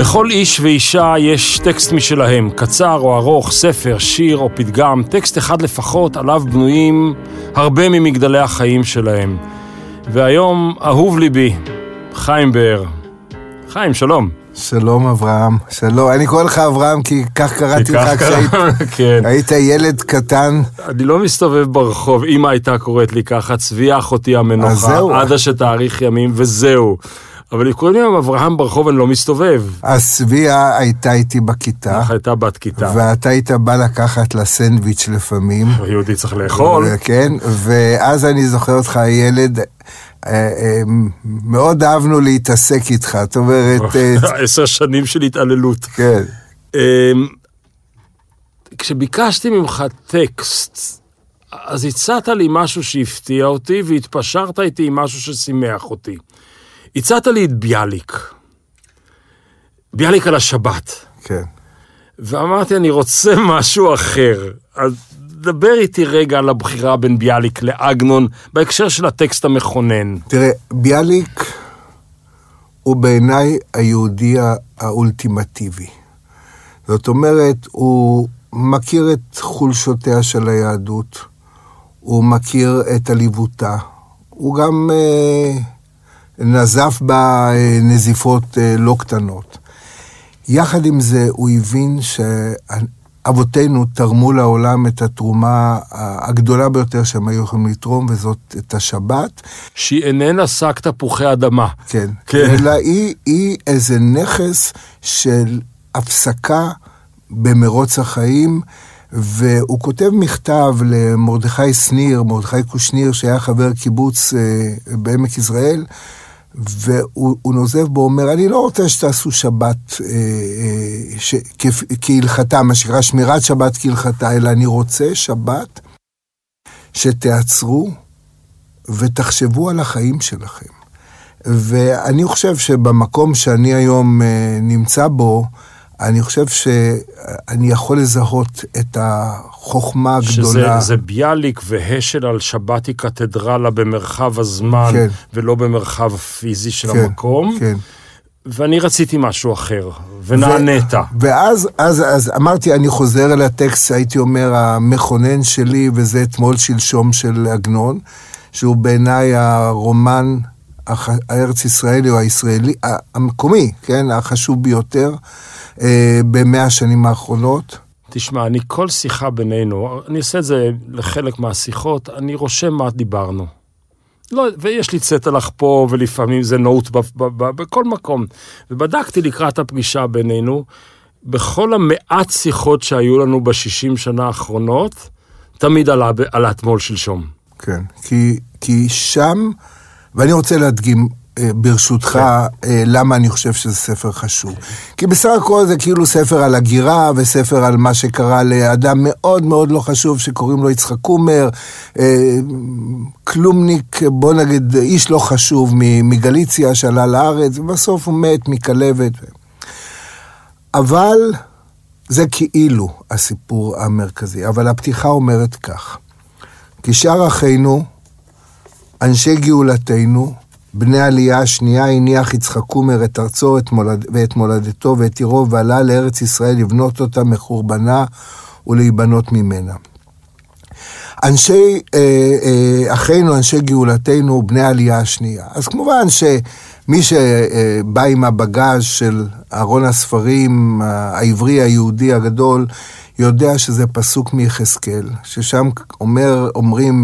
לכל איש ואישה יש טקסט משלהם, קצר או ארוך, ספר, שיר או פתגם, טקסט אחד לפחות, עליו בנויים הרבה ממגדלי החיים שלהם. והיום אהוב ליבי, חיים באר. חיים, שלום. שלום אברהם, שלום. אני קורא לך אברהם כי כך קראתי לך כשהיית ילד קטן. אני לא מסתובב ברחוב, אמא הייתה קוראת לי ככה, צביה אחותי המנוחה, עד שתאריך ימים וזהו. אבל אם קוראים לי אברהם ברחוב אני לא מסתובב. אז צביה הייתה איתי בכיתה. הייתה בת כיתה. ואתה היית בא לקחת לסנדוויץ' לפעמים. יהודי צריך לאכול. כן, ואז אני זוכר אותך ילד, מאוד אהבנו להתעסק איתך, זאת אומרת... 10 שנים של התעללות. כן. כשביקשתי ממך טקסט, אז הצעת לי משהו שהפתיע אותי, והתפשרת איתי עם משהו ששימח אותי. הצעת לי את ביאליק. ביאליק על השבת. כן. ואמרתי, אני רוצה משהו אחר. אז דבר איתי רגע על הבחירה בין ביאליק לעגנון, בהקשר של הטקסט המכונן. תראה, ביאליק הוא בעיניי היהודי האולטימטיבי. זאת אומרת, הוא מכיר את חולשותיה של היהדות, הוא מכיר את עליבותה, הוא גם נזף בנזיפות לא קטנות. יחד עם זה, הוא הבין שאבותינו תרמו לעולם את התרומה הגדולה ביותר שהם היו יכולים לתרום, וזאת את השבת. שהיא איננה שק תפוחי אדמה. כן. אלא היא איזה נכס של הפסקה במרוץ החיים, והוא כותב מכתב למרדכי שניר, מרדכי קושניר, שהיה חבר קיבוץ בעמק יזרעאל, והוא נוזף בו, אומר, אני לא רוצה שתעשו שבת כהלכתה, מה שקרה שמירת שבת כהלכתה, אלא אני רוצה שבת שתעצרו ותחשבו על החיים שלכם. ואני חושב שבמקום שאני היום נמצא בו, אני חושב שאני יכול לזהות את החוכמה הגדולה. שזה ביאליק והשל על שבת היא קתדרלה במרחב הזמן, כן. ולא במרחב הפיזי של כן, המקום. כן. ואני רציתי משהו אחר, ונענית. אז אמרתי, אני חוזר אל הטקסט שהייתי אומר, המכונן שלי, וזה אתמול שלשום של עגנון, שהוא בעיניי הרומן הארץ ישראלי או הישראלי, המקומי, כן, החשוב ביותר, ב100 השנים האחרונות. תשמע, אני כל שיחה בינינו, אני עושה את זה לחלק מהשיחות, אני רושם מה דיברנו. לא, ויש לי צטע לך פה, ולפעמים זה נוט בכל מקום. ובדקתי לקראת הפגישה בינינו, בכל המעט שיחות שהיו לנו ב60 שנה האחרונות, תמיד עלה אתמול שלשום. כן, כי שם, ואני רוצה להדגים, ברשותך, למה אני חושב שזה ספר חשוב. כי בסך הכל זה כאילו ספר על הגירה, וספר על מה שקרה לאדם מאוד מאוד לא חשוב, שקוראים לו יצחק קומר, כלומניק, בוא נגיד, איש לא חשוב מגליציה שעלה לארץ, ובסוף הוא מת מכלבת. אבל זה כאילו הסיפור המרכזי. אבל הפתיחה אומרת כך, כי שאר אחינו, אנשי גאולתנו, בני העלייה השנייה, הניח יצחק קומר את ארצו ואת מולדתו ואת עירו, ועלה לארץ ישראל לבנות אותה מחורבנה ולהיבנות ממנה. אנשי אחינו, אנשי גאולתנו, בני העלייה השנייה. אז כמובן שמי שבא עם הבגז של ארון הספרים העברי היהודי הגדול, יודע שזה פסוק מיחזקאל, ששם אומרים,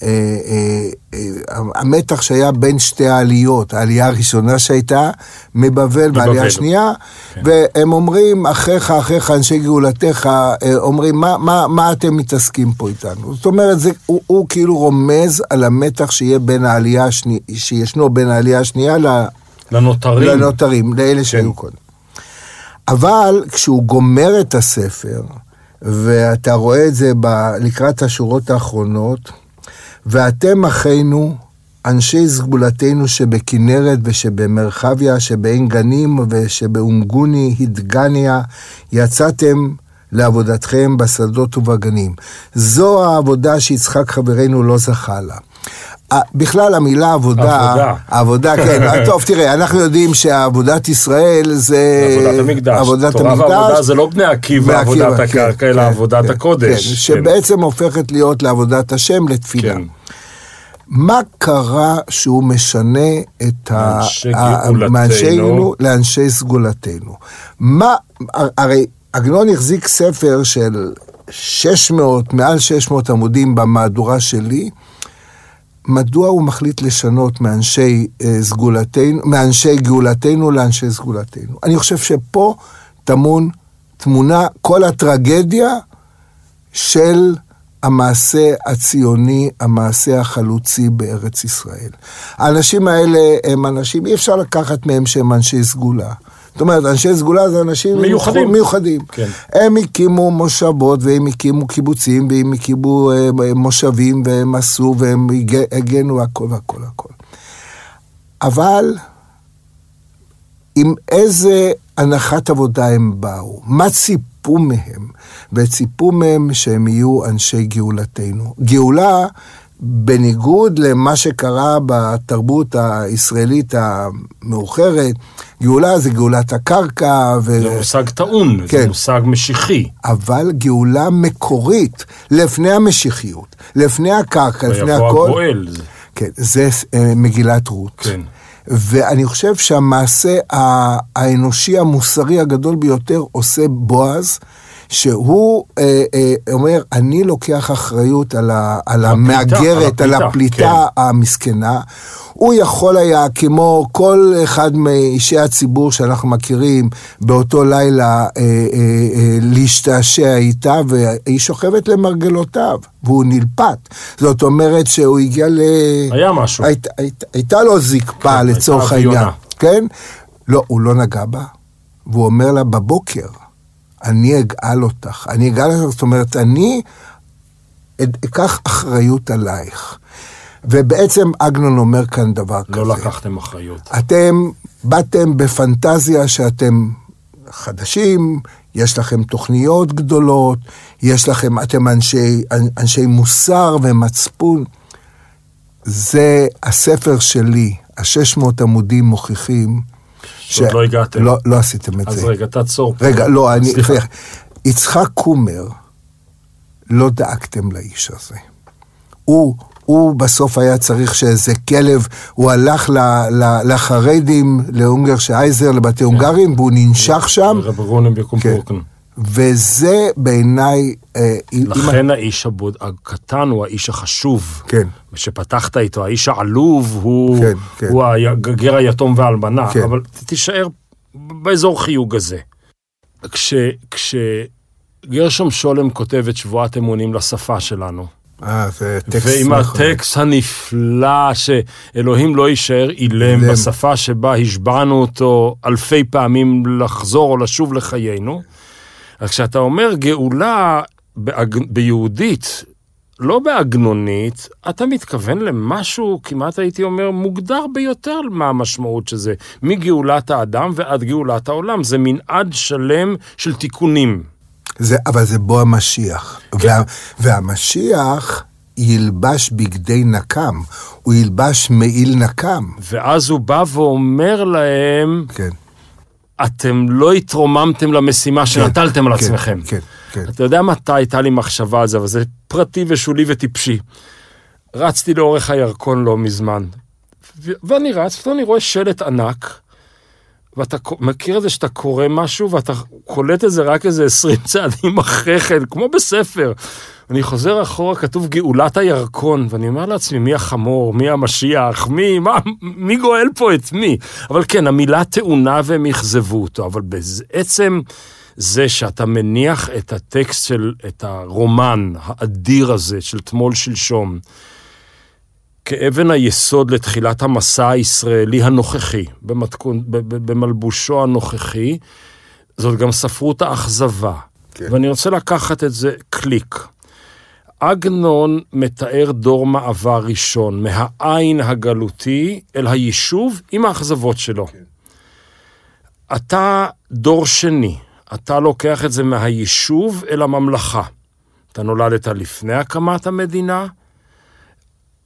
המתח שהיה בין שתי העליות, העלייה הראשונה שהייתה מבבל והעלייה השנייה, והם אומרים, אחיך, אנשי גאולתך, אומרים, מה אתם מתעסקים פה איתנו? זאת אומרת, הוא כאילו רומז על המתח שישנו בין העלייה השנייה לנותרים, לאלה שהיו קודם. אבל כשהוא גומר את הספר, ואתה רואה את זה לקראת השורות האחרונות, ואתם אחינו, אנשי סגולתנו שבכנרת ושבמרחביה, שבעין גנים ושבאומגוני, הדגניה, יצאתם לעבודתכם בשדות ובגנים. זו העבודה שיצחק חברנו לא זכה לה. בכלל המילה עבודה, כן, טוב, תראה, אנחנו יודעים שעבודת ישראל זה... עבודת המקדש. תורה ועבודה זה לא בני עקיבא, עבודת הקרקע, אלא עבודת הקודש. שבעצם הופכת להיות לעבודת השם, לתפילה. מה קרה שהוא משנה את מאנשינו לאנשי סגולתנו? הרי עגנון החזיק ספר של 600, מעל 600 עמודים במהדורה שלי, מדוע הוא מחליט לשנות מאנשי גאולתנו לאנשי סגולתנו? אני חושב שפה תמונה כל הטרגדיה של המעשה הציוני, המעשה החלוצי בארץ ישראל. האנשים האלה הם אנשים, אי אפשר לקחת מהם שהם אנשי סגולה. זאת אומרת, אנשי סגולה זה אנשים מיוחדים. כן. הם הקימו מושבות, והם הקימו קיבוצים, והם הקימו מושבים, והם עשו, והם הגנו הכל. אבל עם איזה הנחת עבודה הם באו? מה ציפו מהם? וציפו מהם שהם יהיו אנשי גאולתנו. גאולה, בניגוד למה שקרה בתרבות הישראלית המאוחרת, גאולה זה גאולת הקרקע. זה מושג טעון, כן. זה מושג משיחי. אבל גאולה מקורית, לפני המשיחיות, לפני הקרקע, לפני הכל. ויבוא הגואל. כן, זה מגילת רות. כן. ואני חושב שהמעשה האנושי המוסרי הגדול ביותר עושה בועז, שהוא אומר, אני לוקח אחריות על המאגרת, על הפליטה המסכנה. הוא יכול היה, כמו כל אחד מאישי הציבור שאנחנו מכירים, באותו לילה להשתעשע איתה, והיא שוכבת למרגלותיו, והוא נלפת. זאת אומרת שהוא הגיע היה משהו. הייתה לו זקפה לצורך העניין. כן? לא, הוא לא נגע בה, והוא אומר לה בבוקר, אני אגאל אותך, זאת אומרת, אני אקח אחריות עלייך. ובעצם עגנון אומר כאן דבר כזה. לא לקחתם אחריות. אתם באתם בפנטזיה שאתם חדשים, יש לכם תוכניות גדולות, אתם אנשי מוסר ומצפון. זה הספר שלי, 600 עמודים מוכיחים, שעוד לא הגעתם. לא עשיתם את זה. אז רגע, תעצור. רגע, לא, יצחק קומר, לא דאגתם לאיש הזה. הוא בסוף היה צריך שאיזה כלב, הוא הלך לחרדים, להונגר שייזר, לבתי הונגרים, והוא ננשך שם. וזה בעיניי... לכן האיש הקטן הוא האיש החשוב. כן. שפתחת איתו, האיש העלוב הוא הגר היתום והאלמנה, אבל תישאר באזור חיוג הזה. כשגרשום שולם כותב את שבועת אמונים לשפה שלנו, ועם הטקסט הנפלא שאלוהים לא יישאר אילם בשפה שבה השבענו אותו אלפי פעמים לחזור או לשוב לחיינו, אז כשאתה אומר גאולה ביהודית, לא בעגנונית, אתה מתכוון למשהו, כמעט הייתי אומר, מוגדר ביותר מה המשמעות שזה, מגאולת האדם ועד גאולת העולם, זה מנעד שלם של תיקונים. אבל זה בו המשיח. כן. והמשיח ילבש בגדי נקם, הוא ילבש מעיל נקם. ואז הוא בא ואומר להם, כן. אתם לא התרוממתם למשימה שנטלתם על עצמכם. כן. אתה יודע מתי הייתה לי מחשבה על זה, אבל זה פרטי ושולי וטיפשי. רצתי לאורך הירקון לא מזמן, ואני רץ, ואני רואה שלט ענק, ואתה מכיר את זה שאתה קורא משהו, ואתה קולט את זה רק איזה 20 צעדים אחרי כן, כמו בספר. אני חוזר אחורה, כתוב גאולת הירקון, ואני אומר לעצמי, מי החמור, מי המשיח, מי גואל פה את מי? אבל כן, המילה טעונה והם יחזבו אותו, אבל בעצם זה שאתה מניח את הטקסט את הרומן האדיר הזה של תמול שלשום, כאבן היסוד לתחילת המסע הישראלי הנוכחי, במלבושו הנוכחי, זאת גם ספרות האכזבה. כן. ואני רוצה לקחת את זה קליק. עגנון מתאר דור מעבר ראשון, מהעין הגלותי אל היישוב עם האכזבות שלו. כן. אתה דור שני, אתה לוקח את זה מהיישוב אל הממלכה. אתה נולדת לפני הקמת המדינה,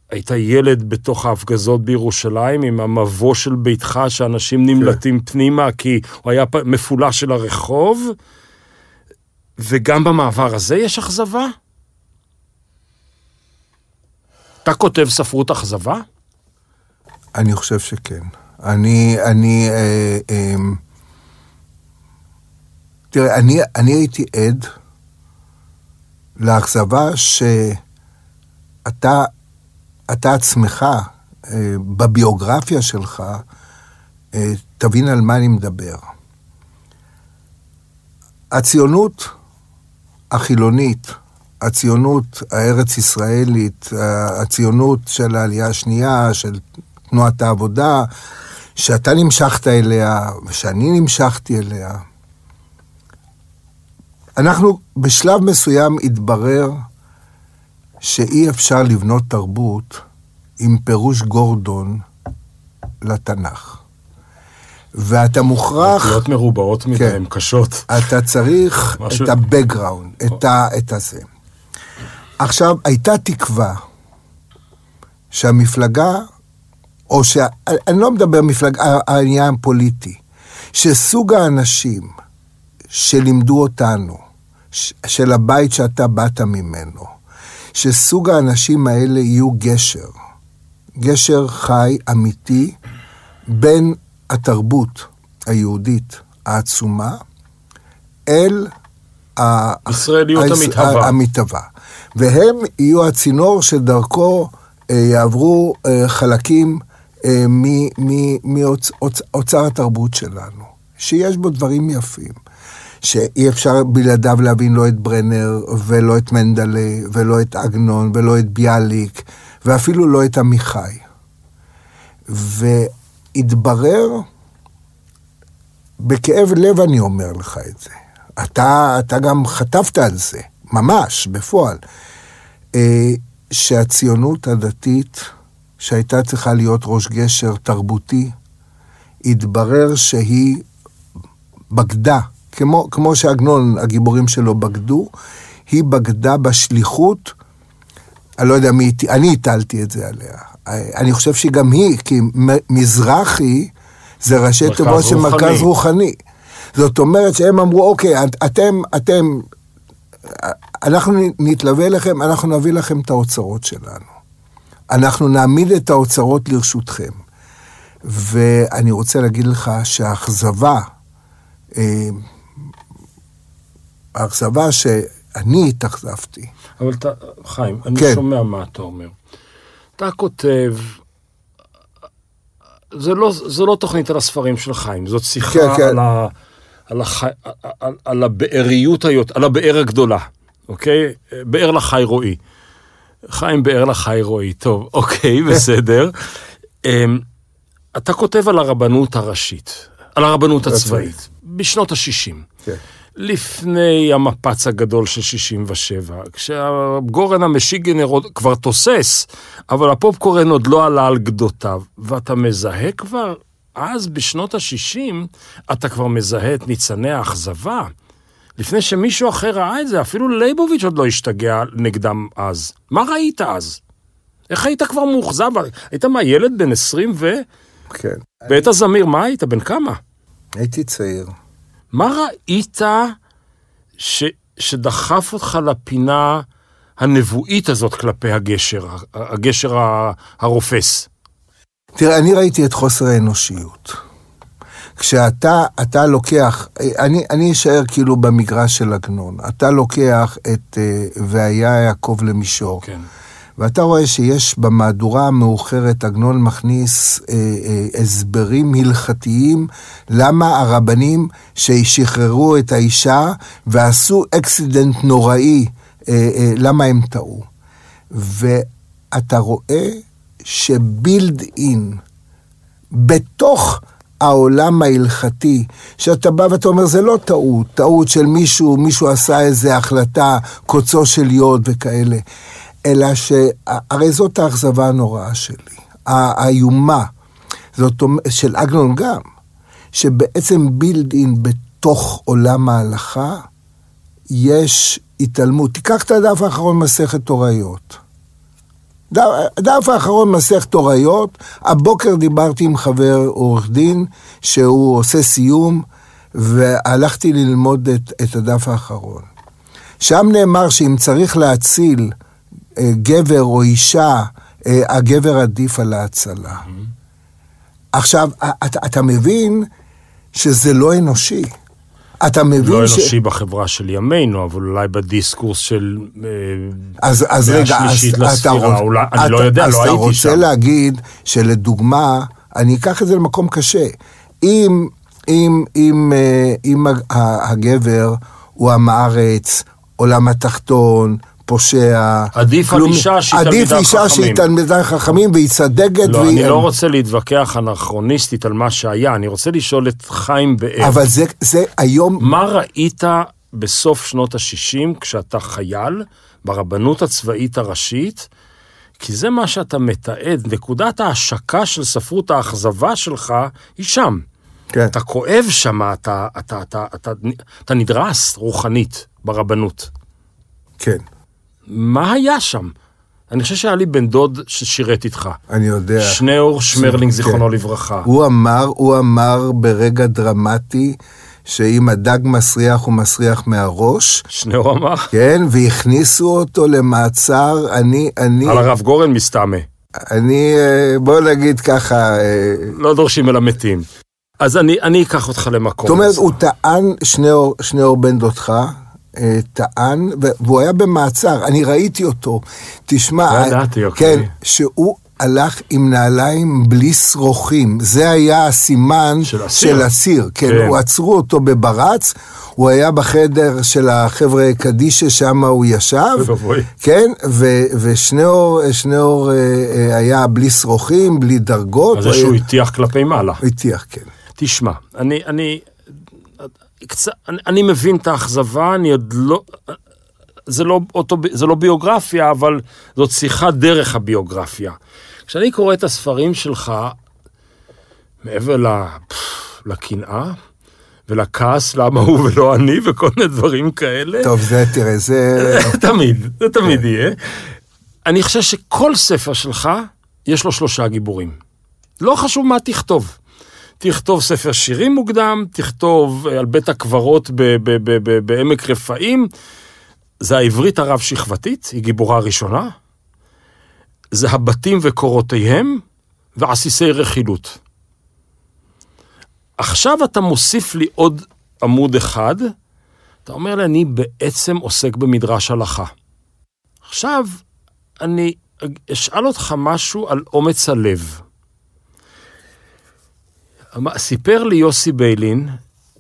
היית ילד בתוך ההפגזות בירושלים, עם המבוא של ביתך, שאנשים נמלטים פנימה, כי הוא היה מפולש של הרחוב, וגם במעבר הזה יש אכזבה? אתה כותב ספרות אכזבה? אני חושב שכן. תראה, אני הייתי עד לאכזבה שאתה עצמך, בביוגרפיה שלך, תבין על מה אני מדבר. הציונות החילונית, הציונות הארץ ישראלית, הציונות של העלייה השנייה, של תנועת העבודה, שאתה נמשכת אליה, ושאני נמשכתי אליה. אנחנו בשלב מסוים התברר שאי אפשר לבנות תרבות עם פירוש גורדון לתנ"ך. ואתה מוכרח... להיות מרובעות מהם, קשות. אתה צריך את הבקגראונד, את הזה. עכשיו, הייתה תקווה שהמפלגה, אני לא מדבר מפלגה, העניין פוליטי, שסוג האנשים שלימדו אותנו, של הבית שאתה באת ממנו, שסוג האנשים האלה יהיו גשר חי אמיתי, בין התרבות היהודית העצומה, אל ישראליות המתהווה. והם יהיו הצינור שדרכו יעברו חלקים מאוצר התרבות שלנו, שיש בו דברים יפים, שאי אפשר בלעדיו להבין לא את ברנר, ולא את מנדלה, ולא את אגנון, ולא את ביאליק, ואפילו לא את עמיחי. והתברר, בכאב לב אני אומר לך את זה, אתה גם חטפת על זה, ממש, בפועל, שהציונות הדתית, שהייתה צריכה להיות ראש גשר תרבותי, התברר שהיא בגדה, כמו שעגנון, הגיבורים שלו בגדו, היא בגדה בשליחות, אני לא יודע מי, אני הטלתי את זה עליה. אני חושב שגם היא, כי מזרחי, זה ראשי תיבות של מרכז רוחני. זאת אומרת שהם אמרו, אוקיי, אנחנו נתלווה אליכם, אנחנו נביא לכם את האוצרות שלנו. אנחנו נעמיד את האוצרות לרשותכם. ואני רוצה להגיד לך שהאכזבה, האכזבה שאני התאכזבתי. אבל אתה, חיים, אני שומע מה אתה אומר. אתה כותב, זה לא תוכנית על הספרים של חיים, זאת שיחה על הבאריות, על הבאר הגדולה, אוקיי? באר לחי רואי. חיים באר לחי רואי, טוב, אוקיי, בסדר. אתה כותב על הרבנות הראשית, על הרבנות הצבאית, בשנות ה-60. כן. לפני המפץ הגדול של 67, כשהגורן המשיגנר כבר תוסס, אבל הפופקורן עוד לא עלה על גדותיו, ואתה מזהה כבר, אז בשנות ה-60, אתה כבר מזהה את ניצני האכזבה, לפני שמישהו אחר ראה את זה, אפילו ליבוביץ' עוד לא השתגע נגדם אז. מה ראית אז? איך היית כבר מאוכזב? היית מה, ילד בן 20 ו... כן. בעת הזמיר, מה היית? בן כמה? הייתי צעיר. מה ראית שדחף אותך לפינה הנבואית הזאת כלפי הגשר הרופס? תראה, אני ראיתי את חוסר האנושיות. כשאתה לוקח, אני אשאר כאילו במגרש של עגנון, אתה לוקח את והיה יעקב למישור, כן. ואתה רואה שיש במהדורה המאוחרת, עגנון מכניס הסברים הלכתיים, למה הרבנים ששחררו את האישה ועשו אקסידנט נוראי, למה הם טעו. ואתה רואה שבילד אין, בתוך העולם ההלכתי, שאתה בא ואתה אומר, זה לא טעות, טעות של מישהו עשה איזו החלטה, קוצו של יוד וכאלה, אלא הרי זאת האכזבה הנוראה שלי, האיומה, זאת אומרת, של עגנון גם, שבעצם בילד אין בתוך עולם ההלכה, יש התעלמות. תיקח את הדף האחרון מסכת תוריות. דף האחרון מסכת תוריות, הבוקר דיברתי עם חבר עורך דין, שהוא עושה סיום, והלכתי ללמוד את הדף האחרון. שם נאמר שאם צריך להציל גבר או אישה, הגבר עדיף על ההצלה. עכשיו, אתה מבין שזה לא אנושי. אתה מבין לא אנושי בחברה של ימינו, אבל אולי בדיסקורס של אז רגע, אני לא יודע, לא הייתי שם. אתה רוצה להגיד שלדוגמה, אני אקח את זה למקום קשה. אם הגבר הוא עם הארץ, עולם התחתון, פושע, עדיף אישה שהיא תלמידה חכמים והיא צדקת. לא, אני לא רוצה להתווכח אנכרוניסטית על מה שהיה, אני רוצה לשאול את חיים באב. אבל זה היום... מה ראית בסוף שנות ה-60 כשאתה חייל ברבנות הצבאית הראשית? כי זה מה שאתה מתעד, נקודת ההשקה של ספרות האכזבה שלך היא שם. כן. אתה כואב שם, אתה נדרס רוחנית ברבנות. כן. מה היה שם? אני חושב שהיה לי בן דוד ששירת איתך. אני יודע. שניאור שמרלינג, זיכרונו לברכה. הוא אמר ברגע דרמטי, שאם הדג מסריח הוא מסריח מהראש. שניאור אמר? כן, והכניסו אותו למעצר, על הרב גורן מסתמה. בוא נגיד ככה... לא דורשים אלא מתים. אז אני אקח אותך למקום. זאת אומרת, הוא טען, שניאור בן דודך, טען, והוא היה במעצר, אני ראיתי אותו, תשמע, כן, שהוא הלך עם נעליים בלי שרוכים, זה היה הסימן של אסיר, כן, הוא עצרו אותו בברץ, הוא היה בחדר של החבר'ה קדישה, שם הוא ישב, כן, ושניאור היה בלי שרוכים, בלי דרגות. אז זה שהוא הטיח כלפי מעלה. הטיח, כן. תשמע, אני מבין את האכזבה, אני עוד לא, זה לא ביוגרפיה, אבל זאת שיחה דרך הביוגרפיה. כשאני קורא את הספרים שלך, מעבר לקנאה, ולכעס למה הוא ולא אני, וכל מיני דברים כאלה. טוב, תראה, זה תמיד יהיה. אני חושב שכל ספר שלך, יש לו 3 גיבורים. לא חשוב מה תכתוב. תכתוב ספר שירים מוקדם, תכתוב על בית הקברות בעמק רפאים, זה העברית הרב שכבתית, היא גיבורה ראשונה, זה הבתים וקורותיהם, ועסיסי רכילות. עכשיו אתה מוסיף לי עוד עמוד אחד, אתה אומר לי, אני בעצם עוסק במדרש הלכה. עכשיו אני אשאל אותך משהו על אומץ הלב. סיפר לי יוסי ביילין,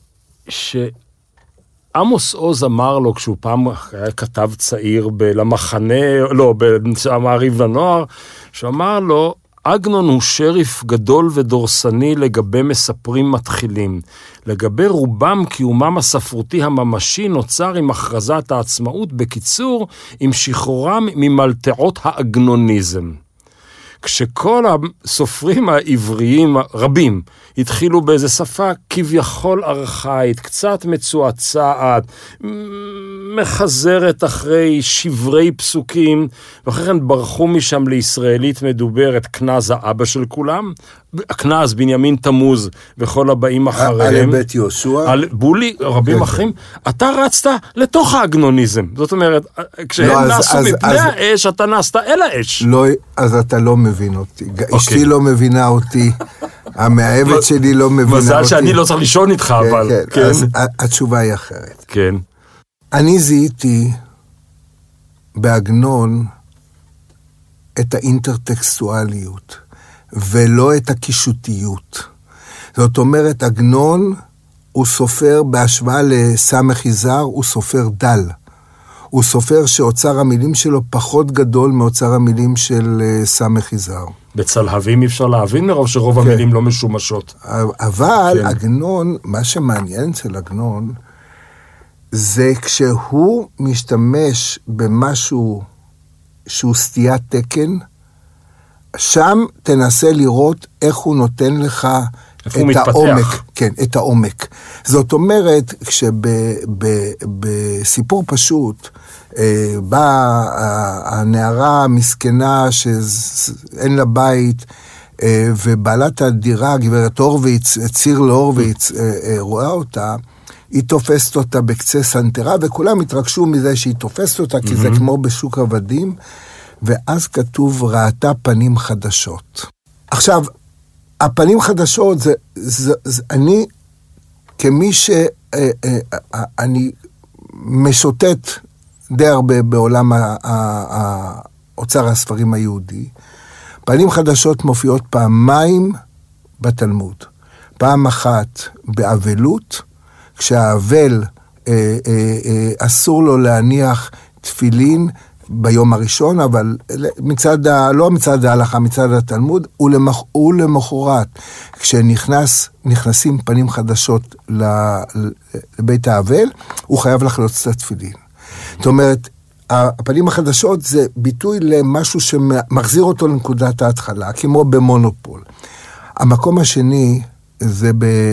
שעמוס עוז אמר לו, כשהוא פעם היה כתב צעיר למחנה, לא, במעריב לנוער, שאמר לו, עגנון הוא שריף גדול ודורסני לגבי מספרים מתחילים. לגבי רובם קיומם הספרותי הממשי נוצר עם הכרזת העצמאות, בקיצור, עם שחרורם ממלטעות העגנוניזם. כשכל הסופרים העבריים רבים התחילו באיזה שפה כביכול ארכאית, קצת מצועצעת, מחזרת אחרי שברי פסוקים, ואחרי כן ברחו משם לישראלית מדוברת, כנז האבא של כולם, הכנז בנימין תמוז וכל הבאים אחריהם. על בית יהושע. בולי, רבים אחרים. אתה רצת לתוך האגנוניזם. זאת אומרת, כשהם נעשו מפני האש, אתה נעשת אל האש. לא, אז אתה לא מבין אותי. אשתי לא מבינה אותי. המאהבת שלי לא מבינה אותי. מזל שאני לא צריך לישון איתך, אבל. כן, אז התשובה היא אחרת. כן. אני זיהיתי בעגנון את האינטרטקסטואליות. ולא את הקישותיות. זאת אומרת, עגנון הוא סופר בהשוואה לסמך יזהר, הוא סופר דל. הוא סופר שאוצר המילים שלו פחות גדול מאוצר המילים של סמך יזהר. בצלהבים אפשר להבין מרוב שרוב המילים לא משומשות. אבל עגנון, מה שמעניין אצל עגנון, זה כשהוא משתמש במשהו שהוא סטיית תקן, שם תנסה לראות איך הוא נותן לך העומק, כן, את העומק. זאת אומרת, כשבסיפור פשוט, באה הנערה המסכנה שאין לה בית, ובעלת הדירה, גברת הורוביץ, ציר להורוביץ, רואה אותה, היא תופסת אותה בקצה סנטרה, וכולם התרגשו מזה שהיא תופסת אותה, כי זה כמו בשוק עבדים, ואז כתוב, ראתה פנים חדשות. עכשיו, הפנים חדשות, אני, כמי שאני משוטט די הרבה בעולם האוצר הספרים היהודי, פנים חדשות מופיעות פעמיים בתלמוד. פעם אחת באבלות, כשהאבל אסור לו להניח תפילין ביום הראשון, אבל לא מצד ההלכה, מצד התלמוד, ולמחרת, כשנכנסים פנים חדשות לבית האבל, הוא חייב לחלוץ את התפילין. זאת אומרת, הפנים החדשות זה ביטוי למשהו שמחזיר אותו לנקודת ההתחלה, כמו במונופול. המקום השני זה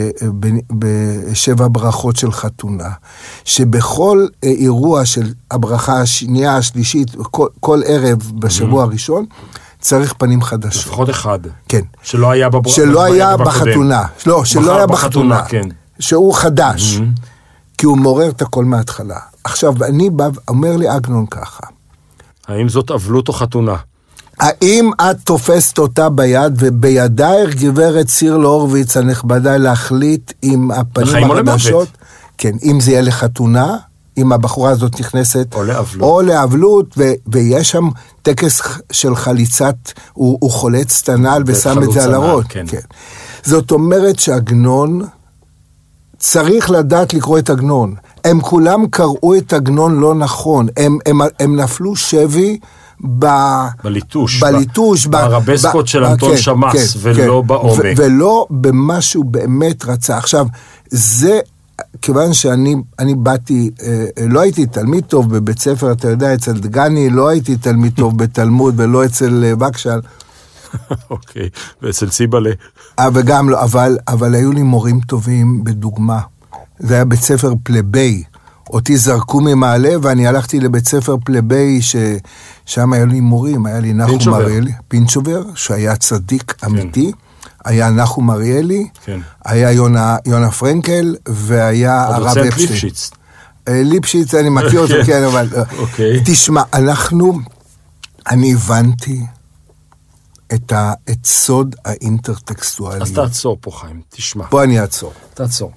בשבע ברכות של חתונה, שבכל אירוע של הברכה השנייה, השלישית, כל ערב בשבוע הראשון, צריך פנים חדשות. לפחות אחד. כן. שלא היה שלא היה בחתונה. לא, שלא היה בחתונה. כן. שהוא חדש. כי הוא מעורר את הכל מההתחלה. עכשיו, אני בא, אומר לי עגנון ככה. האם זאת אבלות או חתונה? האם את תופסת אותה ביד, ובידייך גברת ציר להורוביץ הנכבדה להחליט עם הפנים החדשות? כן, אם זה יהיה לחתונה, אם הבחורה הזאת נכנסת, או לאבלות, ויש שם טקס של חליצת, הוא חולץ את הנעל ושם את זה על הראש. כן. זאת אומרת שעגנון, צריך לדעת לקרוא את עגנון. הם כולם קראו את עגנון לא נכון. הם נפלו שבי בליטוש, ברבסקות של אנטון שמאס, ולא בעומק. ולא במה שהוא באמת רצה. עכשיו, זה, כיוון שאני באתי, לא הייתי תלמיד טוב בבית ספר, אתה יודע, אצל דגני, לא הייתי תלמיד טוב בתלמוד, ולא אצל וקשל. אוקיי, ואצל ציבלה. וגם לא, אבל היו לי מורים טובים בדוגמה. זה היה בית ספר פלבי. אותי זרקו ממעלה, ואני הלכתי לבית ספר פלבי, ששם היו לי מורים, היה לי נחום אריאלי, פינצ'ובר, שהיה צדיק אמיתי, היה נחום אריאלי, היה יונה פרנקל, והיה הרב אפשטיין. ליפשיץ, אני מכיר אותו, כן, אבל... תשמע, אני הבנתי את סוד האינטרטקסטואלי. אז תעצור פה, חיים, תשמע. פה אני אעצור. תעצור.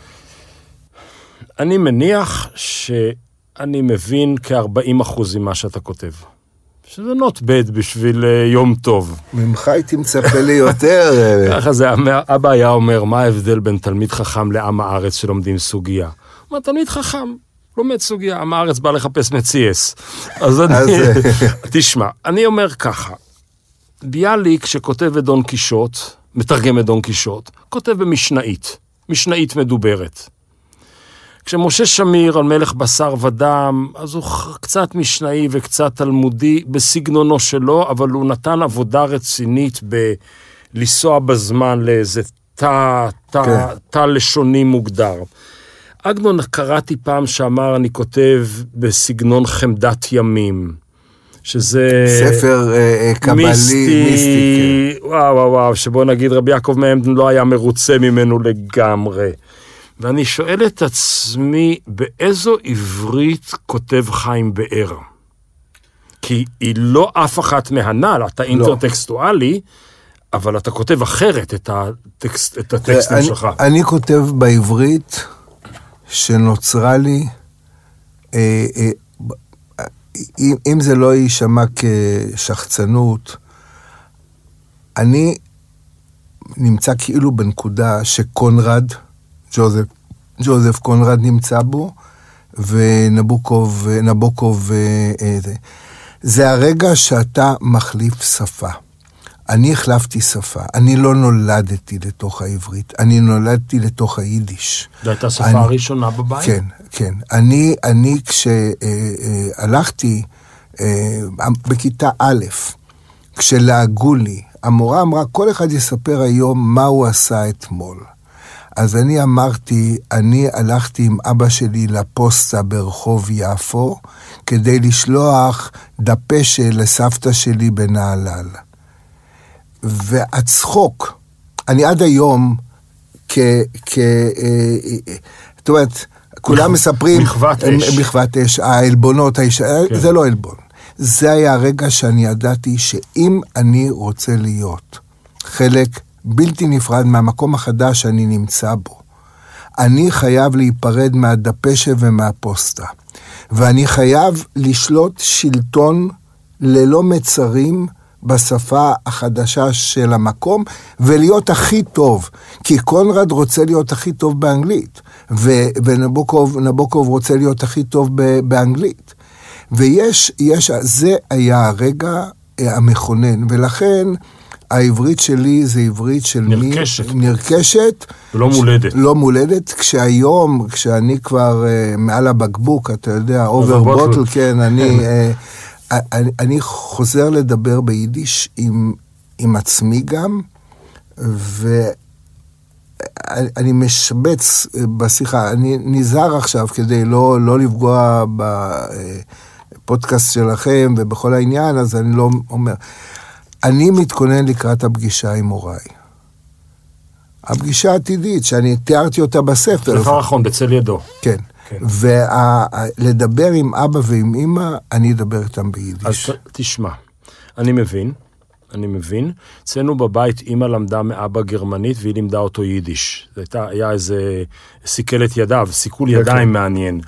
אני מניח שאני מבין כ-40% ממה שאתה כותב. שזה not bad בשביל יום טוב. ממך הייתי מצפה לי יותר. ככה זה, אבא היה אומר, מה ההבדל בין תלמיד חכם לעם הארץ שלומדים סוגיה? הוא אומר, תלמיד חכם, לומד סוגיה, עם הארץ בא לחפש מציאס. אז תשמע, אני אומר ככה, ביאליק שכותב את דון קישוט, מתרגם את דון קישוט, כותב במשנאית, משנאית מדוברת. כשמשה שמיר על מלך בשר ודם, אז הוא קצת משנאי וקצת תלמודי בסגנונו שלו, אבל הוא נתן עבודה רצינית בלנסוע בזמן לאיזה תא לשוני מוגדר. עגנון קראתי פעם שאמר, אני כותב בסגנון חמדת ימים, שזה... ספר קבלי, מיסטי. וואו, שבוא נגיד רבי יעקב מהם לא היה מרוצה ממנו לגמרי. ואני שואל את עצמי, באיזו עברית כותב חיים באר? כי היא לא אף אחת מהנ"ל, אתה אינטרטקסטואלי, אבל אתה כותב אחרת את הטקסטים שלך. אני כותב בעברית שנוצרה לי, אם זה לא יישמע כשחצנות, אני נמצא כאילו בנקודה שקונרד, ג'וזף קונרד נמצא בו, ונבוקוב, זה הרגע שאתה מחליף שפה. אני החלפתי שפה, אני לא נולדתי לתוך העברית, אני נולדתי לתוך היידיש. זו הייתה השפה הראשונה בבית? כן, כן. אני כשהלכתי בכיתה א', כשלעגו לי המורה אמרה, כל אחד יספר היום מה הוא עשה אתמול. אז אני אמרתי, אני הלכתי עם אבא שלי לפוסטה ברחוב יפו, כדי לשלוח דפי לסבתא שלי בנהלל. והצחוק, אני עד היום, זאת אומרת, כולם מספרים, מחוות אש, העלבונות, זה לא עלבון. זה היה הרגע שאני ידעתי שאם אני רוצה להיות חלק בלתי נפרד מהמקום החדש שאני נמצא בו, אני חייב להיפרד מהדפשה ומהפוסטה. ואני חייב לשלוט שלטון ללא מצרים בשפה החדשה של המקום, ולהיות הכי טוב. כי קונרד רוצה להיות הכי טוב באנגלית, ונבוקוב רוצה להיות הכי טוב באנגלית. זה היה הרגע המכונן, ולכן העברית שלי זה עברית של נרכשת. לא מולדת. לא מולדת, כשהיום, כשאני כבר מעל הבקבוק, אתה יודע, אובר בוטל, כן, אני חוזר לדבר ביידיש עם עצמי גם, ואני משבץ בשיחה, אני נזהר עכשיו כדי לא לפגוע בפודקאסט שלכם ובכל העניין, אז אני לא אומר, אני מתכונן לקראת הפגישה עם הוריי. הפגישה העתידית, שאני תיארתי אותה בספר. ספר האחרון, בצל ידו. כן. ולדבר עם אבא ועם אמא, אני אדבר איתם ביידיש. אז תשמע, אני מבין. אצלנו בבית אמא למדה מאבא גרמנית, והיא לימדה אותו יידיש. זה היה איזה סיכלת ידיו, סיכול ידיים מעניין.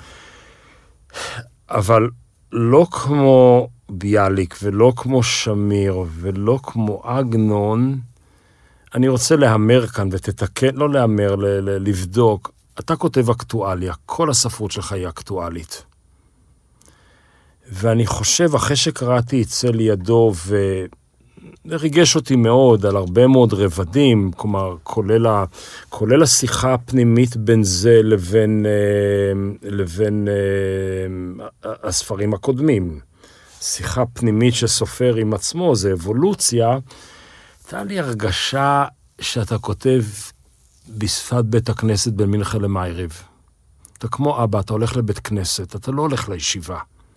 אבל לא כמו ביאליק, ולא כמו שמיר, ולא כמו אגנון, אני רוצה להמר כאן ותתקן, לא להמר, לבדוק. אתה כותב אקטואליה, כל הספרות שלך היא אקטואלית. ואני חושב, אחרי שקראתי אצל ידו, וריגש אותי מאוד על הרבה מאוד רבדים, כלומר, כולל השיחה הפנימית בין זה לבין הספרים הקודמים. שיחה פנימית שסופר עם עצמו, זה אבולוציה. הייתה לי הרגשה שאתה כותב בשפת בית הכנסת בין מינכה למייריב. אתה כמו אבא, אתה הולך לבית כנסת, אתה לא הולך לישיבה.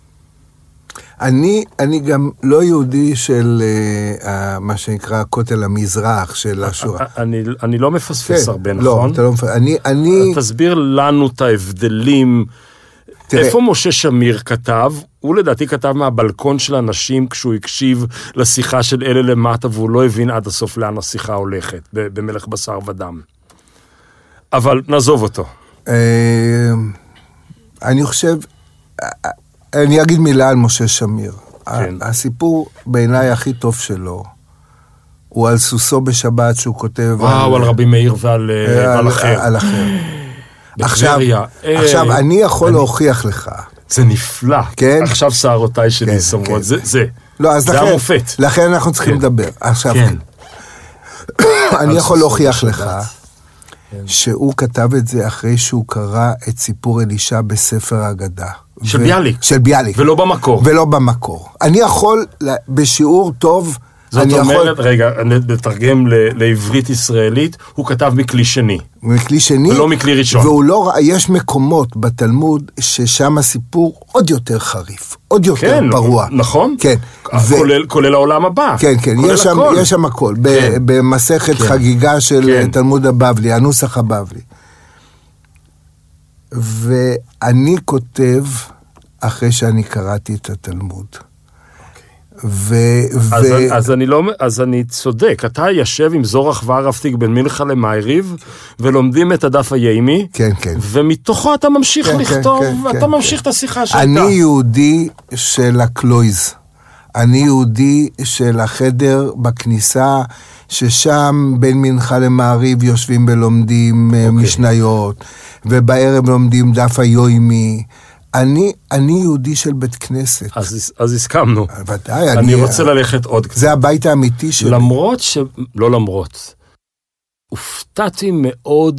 אני גם לא יהודי של מה שנקרא כותל המזרח של השורה. אני לא מפספס הרבה, נכון? לא, אתה לא מפספס. תסביר לנו את ההבדלים. איפה משה שמיר כתב? הוא לדעתי כתב מהבלקון של אנשים כשהוא הקשיב לשיחה של אלה למטה, והוא לא הבין עד הסוף לאן השיחה הולכת, במלך בשר ודם. אבל נעזוב אותו. אני חושב, אני אגיד מילה על משה שמיר. כן. הסיפור בעיניי הכי טוב שלו, הוא על סוסו בשבת שהוא כותב... וואו, על רבי מאיר ועל אחר. על אחר. עכשיו, אני יכול להוכיח לך. זה נפלא. כן? עכשיו שערותיי שלי סמרות. זה המופת. לכן אנחנו צריכים לדבר. עכשיו, אני יכול להוכיח לך שהוא כתב את זה אחרי שהוא קרא את סיפור אלישע בספר האגדה. של ביאליק. של ביאליק. ולא במקור. ולא במקור. אני יכול, בשיעור טוב, זאת אומרת, רגע, נתרגם לעברית ישראלית, הוא כתב מכלי שני. מכלי שני. ולא מכלי ראשון. והוא לא, יש מקומות בתלמוד ששם הסיפור עוד יותר חריף, עוד יותר פרוע. נכון? כן. כולל העולם הבא. כן, כן, יש שם הכל. במסכת חגיגה של תלמוד הבבלי, הנוסח הבבלי. ואני כותב אחרי שאני קראתי את התלמוד. אז אני צודק, אתה יושב עם זורח וערפתיק בין מינכה למייריב, ולומדים את הדף הימי, ומתוכו אתה ממשיך לכתוב, ואתה ממשיך את השיחה שלך. אני יהודי של הקלויז, אני יהודי של החדר בכניסה, ששם בין מנחה למעריב יושבים ולומדים משניות, ובערב לומדים דף היומי. אני יהודי של בית כנסת. אז הסכמנו. ודאי, אני רוצה ללכת עוד קצת. זה הבית האמיתי שלי. למרות, הופתעתי מאוד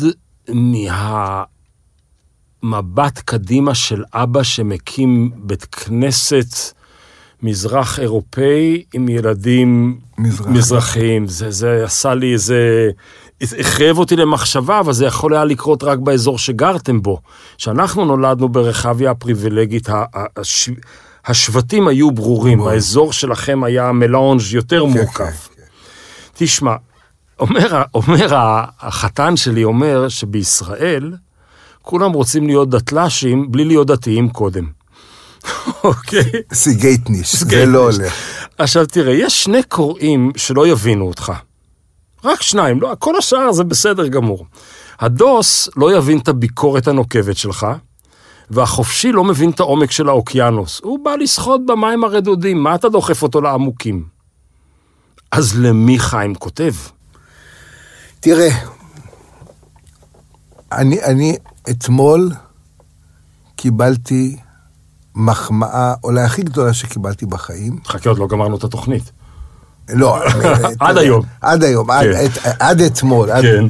מהמבט קדימה של אבא שמקים בית כנסת מזרח אירופאי עם ילדים מזרחיים. זה עשה לי איזה... החרב אותי למחשבה, אבל זה יכול היה לקרות רק באזור שגרתם בו. שאנחנו נולדנו ברחביה הפריבילגית, השבטים היו ברורים, האזור שלכם היה מלאנג' יותר מורכב. תשמע, אומר החתן שלי אומר שבישראל כולם רוצים להיות דתל"שים בלי להיות דתיים קודם. אוקיי? סיגייטניש, זה לא הולך. עכשיו תראה, יש שני קוראים שלא יבינו אותך. רק שניים, לא, כל השאר זה בסדר גמור. הדוס לא יבין את הביקורת הנוקבת שלך, והחופשי לא מבין את העומק של האוקיינוס. הוא בא לשחות במים הרדודים, מה אתה דוחף אותו לעמוקים? אז למי חיים כותב? תראה, אני אתמול קיבלתי מחמאה, אולי הכי גדולה שקיבלתי בחיים. חכה, עוד לא גמרנו את התוכנית. לא. עד היום. עד היום, עד אתמול.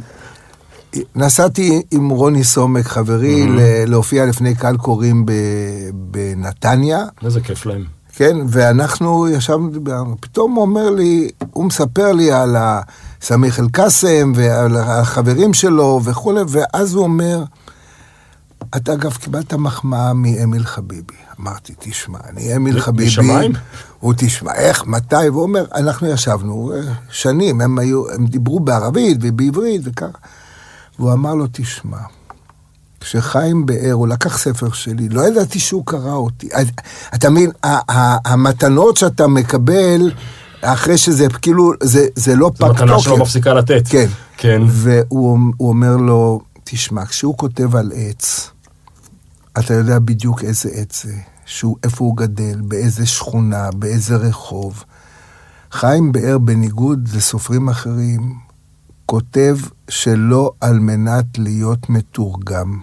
נסעתי עם רוני סומק, חברי, להופיע לפני קהל קוראים בנתניה. איזה כיף להם. כן, ואנחנו ישבנו, פתאום הוא אומר לי, הוא מספר לי על סמיח אל-קאסם ועל החברים שלו וכו', ואז הוא אומר, אתה אגב קיבלת מחמאה מאמיל חביבי. אמרתי, תשמע, אני אמיל חביבי. משמיים? הוא תשמע, איך, מתי? והוא אומר, אנחנו ישבנו שנים, הם דיברו בערבית ובעברית וכך. והוא אמר לו, תשמע, כשחיים באר, הוא לקח ספר שלי, לא ידעתי שהוא קרא אותי. אתה מבין, המתנות שאתה מקבל, אחרי שזה, כאילו, זה לא פק תוקף. זו מתנה שלא מפסיקה לתת. כן. כן. והוא אומר לו, תשמע, כשהוא כותב על עץ, אתה יודע בדיוק איזה עץ זה, איפה הוא גדל, באיזה שכונה, באיזה רחוב. חיים באר, בניגוד לסופרים אחרים, כותב שלא על מנת להיות מתורגם.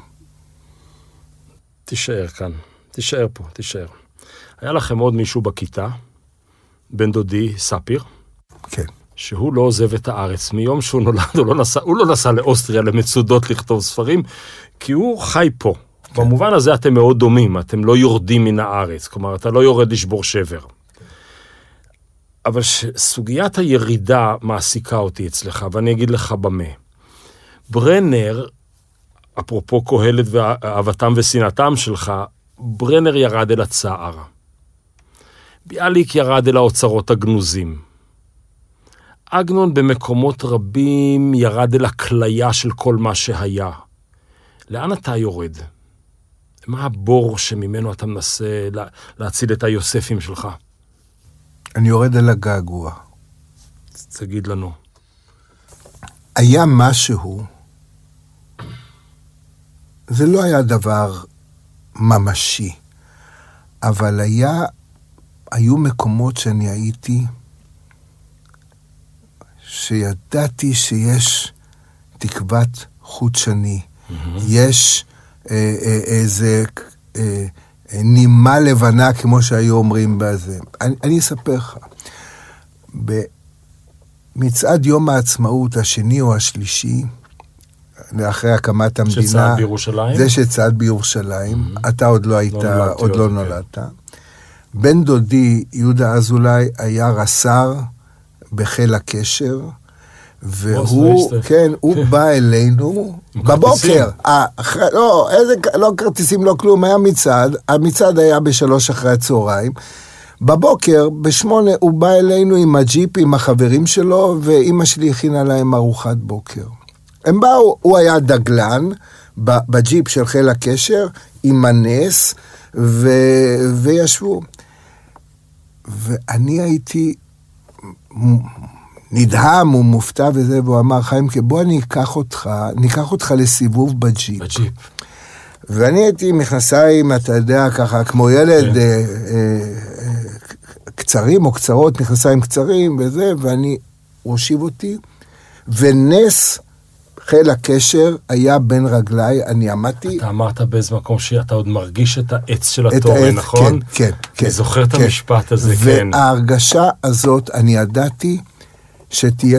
תישאר כאן, תישאר פה, תישאר. היה לכם עוד מישהו בכיתה, בן דודי ספיר, כן. שהוא לא עוזב את הארץ. מיום שהוא נולד, הוא לא נסע לאוסטריה למצודות לכתוב ספרים, כי הוא חי פה. כן. במובן הזה אתם מאוד דומים, אתם לא יורדים מן הארץ, כלומר, אתה לא יורד לשבור שבר. אבל סוגיית הירידה מעסיקה אותי אצלך, ואני אגיד לך במה. ברנר, אפרופו קהלת ואהבתם ושנאתם שלך, ברנר ירד אל הצער. ביאליק ירד אל האוצרות הגנוזים. עגנון במקומות רבים ירד אל הכליה של כל מה שהיה. לאן אתה יורד? מה הבור שממנו אתה מנסה להציל את היוספים שלך? אני יורד אל הגעגוע. תגיד לנו. היה משהו, זה לא היה דבר ממשי, אבל היו מקומות שאני הייתי, שידעתי שיש תקוות חוט שני, יש איזה נימה לבנה, כמו שהיו אומרים בזה. אני אספר לך, במצעד יום העצמאות השני או השלישי, אחרי הקמת המדינה, שצעד בירושלים? זה שצעד בירושלים, אתה עוד לא היית, עוד לא נולדת. בן דודי, יהודה אזולאי, היה רס"ר בחיל הקשר, והוא, כן, הוא בא אלינו בבוקר. לא כרטיסים, לא כלום, היה מצעד, המצעד היה ב3 אחרי הצהריים, בבוקר, ב8 הוא בא אלינו עם הג'יפ, עם החברים שלו, ואמא שלי הכינה להם ארוחת בוקר. הם באו, הוא היה דגלן, בג'יפ של חיל הקשר, עם הנס, וישבו. ואני הייתי נדהם ומופתע וזה, והוא אמר, חיים, בוא אני ניקח אותך לסיבוב בג'יפ. ואני הייתי מכנסיים, אתה יודע, ככה, כמו ילד, קצרים או קצרות, מכנסיים קצרים וזה, ואני הושיב אותי, ונס חיל הקשר היה בין רגליי, אני עמדתי. אתה אמרת באיזה מקום שאתה עוד מרגיש את העץ של התורן, נכון? כן, כן. אני זוכר את המשפט הזה, כן. וההרגשה הזאת, אני ידעתי שתהיה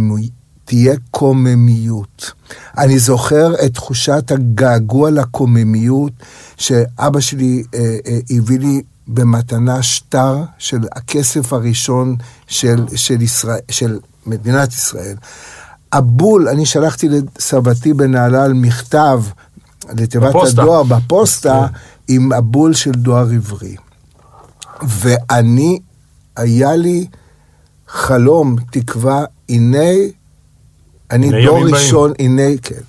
קוממיות. אני זוכר את תחושת הגעגוע לקוממיות, שאבא שלי הביא לי במתנה שטר של הכסף הראשון של מדינת ישראל. הבול, אני שלחתי לסבתי בנהלל מכתב לתיבת הדואר בפוסטה, עם הבול של דואר עברי. היה לי חלום, תקווה, הנה, אני דור ראשון, הנה, כן.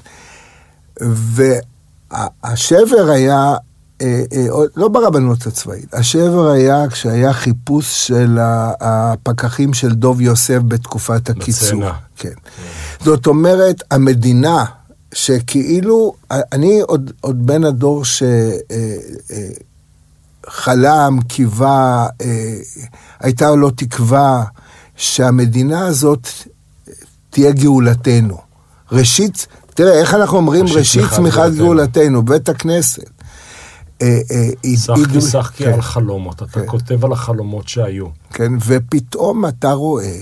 והשבר היה, לא ברבנות הצבאית, השבר היה כשהיה חיפוש של הפקחים של דוב יוסף בתקופת הקיצור. כן. זאת אומרת, המדינה, שכאילו, אני עוד בין הדור שחלם, קיווה, הייתה לו תקווה, שהמדינה הזאת תהיה גאולתנו. ראשית, תראה, איך אנחנו אומרים ראשית צמיחת גאולתנו, בית הכנסת. שחקי על חלומות, אתה כותב על החלומות שהיו. כן, ופתאום אתה רואה,